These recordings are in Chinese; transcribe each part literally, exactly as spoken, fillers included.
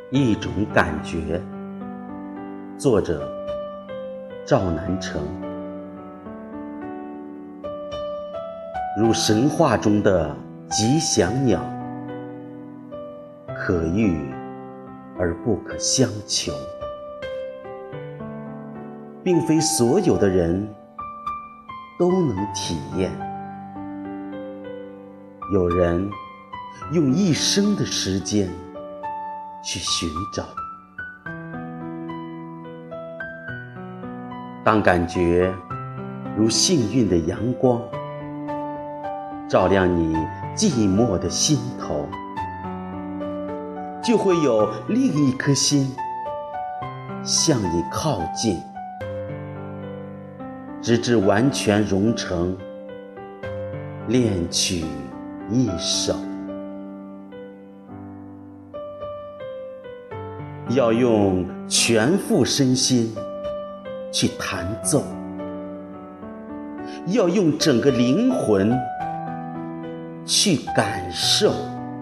一种感觉。作者赵南成。如神话中的吉祥鸟，可遇而不可相求。并非所有的人都能体验，有人用一生的时间去寻找。当感觉如幸运的阳光照亮你寂寞的心头，就会有另一颗心向你靠近，直至完全融成，恋曲一首。要用全副身心去弹奏，要用整个灵魂去感受。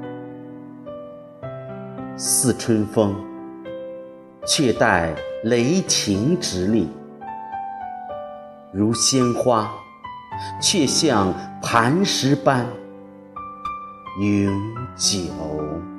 似春风，却带雷霆之力；如鲜花，却像磐石般永久。